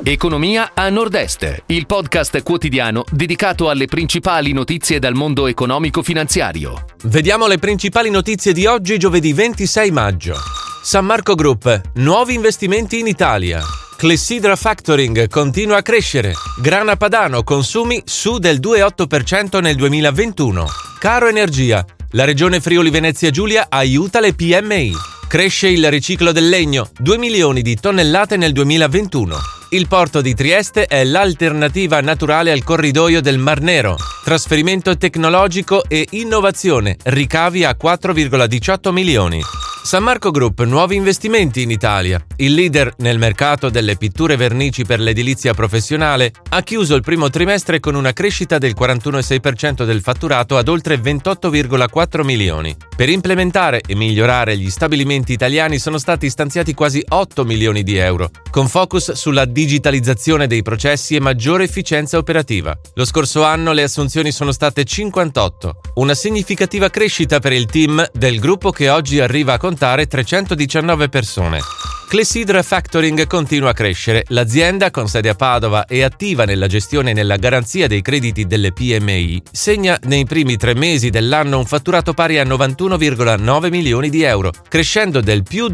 Economia a Nord-Est, il podcast quotidiano dedicato alle principali notizie dal mondo economico-finanziario. Vediamo le principali notizie di oggi, giovedì 26 maggio. San Marco Group, nuovi investimenti in Italia. Clessidra Factoring continua a crescere. Grana Padano, consumi su del 2,8% nel 2021. Caro Energia, la regione Friuli Venezia Giulia aiuta le PMI. Cresce il riciclo del legno, 2 milioni di tonnellate nel 2021. Il porto di Trieste è l'alternativa naturale al corridoio del Mar Nero. Trasferimento tecnologico e innovazione, ricavi a 4,18 milioni. San Marco Group, nuovi investimenti in Italia. Il leader nel mercato delle pitture vernici per l'edilizia professionale ha chiuso il primo trimestre con una crescita del 41,6% del fatturato ad oltre 28,4 milioni. Per implementare e migliorare gli stabilimenti italiani sono stati stanziati quasi 8 milioni di euro, con focus sulla digitalizzazione dei processi e maggiore efficienza operativa. Lo scorso anno le assunzioni sono state 58, una significativa crescita per il team del gruppo che oggi arriva a contare 319 persone. Clessidra Factoring continua a crescere. L'azienda, con sede a Padova e attiva nella gestione e nella garanzia dei crediti delle PMI, segna nei primi 3 mesi dell'anno un fatturato pari a 91,9 milioni di euro, crescendo del più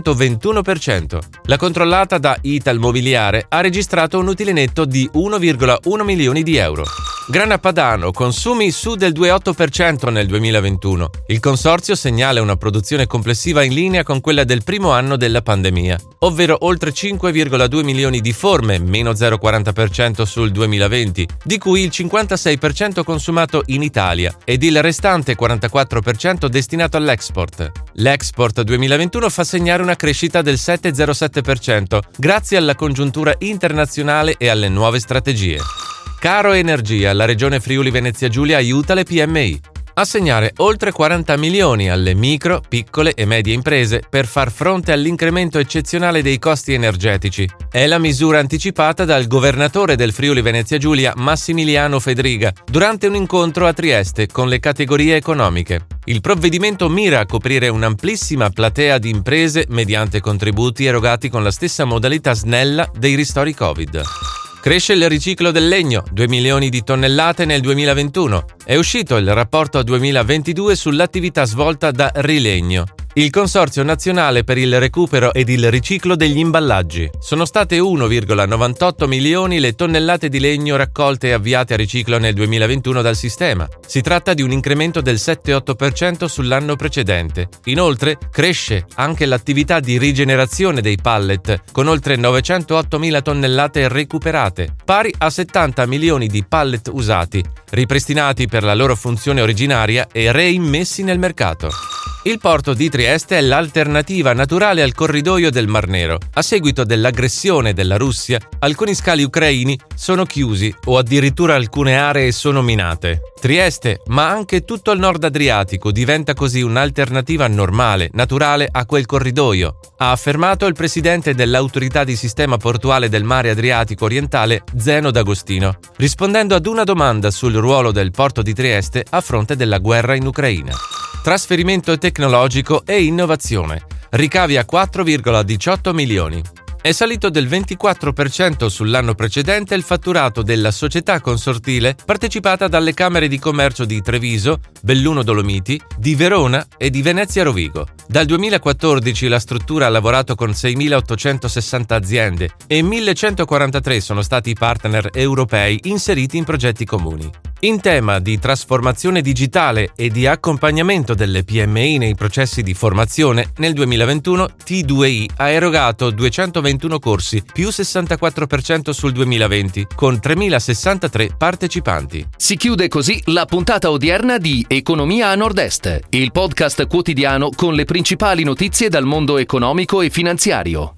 221%. La controllata da Italmobiliare ha registrato un utile netto di 1,1 milioni di euro. Grana Padano, consumi su del 2,8% nel 2021. Il consorzio segnala una produzione complessiva in linea con quella del primo anno della pandemia, ovvero oltre 5,2 milioni di forme, meno 0,40% sul 2020, di cui il 56% consumato in Italia ed il restante 44% destinato all'export. L'export 2021 fa segnare una crescita del 7,07%, grazie alla congiuntura internazionale e alle nuove strategie. Caro Energia, la regione Friuli Venezia Giulia aiuta le PMI. Assegnare oltre 40 milioni alle micro, piccole e medie imprese per far fronte all'incremento eccezionale dei costi energetici. È la misura anticipata dal governatore del Friuli Venezia Giulia, Massimiliano Fedriga, durante un incontro a Trieste con le categorie economiche. Il provvedimento mira a coprire un'amplissima platea di imprese mediante contributi erogati con la stessa modalità snella dei ristori Covid. Cresce il riciclo del legno, 2 milioni di tonnellate nel 2021. È uscito il rapporto 2022 sull'attività svolta da Rilegno, il Consorzio Nazionale per il Recupero ed il Riciclo degli Imballaggi. Sono state 1,98 milioni le tonnellate di legno raccolte e avviate a riciclo nel 2021 dal sistema. Si tratta di un incremento del 7,8% sull'anno precedente. Inoltre, cresce anche l'attività di rigenerazione dei pallet, con oltre 908.000 tonnellate recuperate, pari a 70 milioni di pallet usati, ripristinati per la loro funzione originaria e reimmessi nel mercato. Il porto di Trieste è l'alternativa naturale al corridoio del Mar Nero. A seguito dell'aggressione della Russia, alcuni scali ucraini sono chiusi o addirittura alcune aree sono minate. Trieste, ma anche tutto il nord Adriatico, diventa così un'alternativa normale, naturale a quel corridoio, ha affermato il presidente dell'Autorità di Sistema Portuale del Mare Adriatico Orientale, Zeno D'Agostino, rispondendo ad una domanda sul ruolo del porto di Trieste a fronte della guerra in Ucraina. Trasferimento tecnologico e innovazione. Ricavi a 4,18 milioni. È salito del 24% sull'anno precedente il fatturato della società consortile partecipata dalle Camere di Commercio di Treviso, Belluno Dolomiti, di Verona e di Venezia Rovigo. Dal 2014 la struttura ha lavorato con 6.860 aziende e 1.143 sono stati i partner europei inseriti in progetti comuni. In tema di trasformazione digitale e di accompagnamento delle PMI nei processi di formazione, nel 2021 T2I ha erogato 221 corsi, più 64% sul 2020, con 3.063 partecipanti. Si chiude così la puntata odierna di Economia a Nord-Est, il podcast quotidiano con le principali notizie dal mondo economico e finanziario.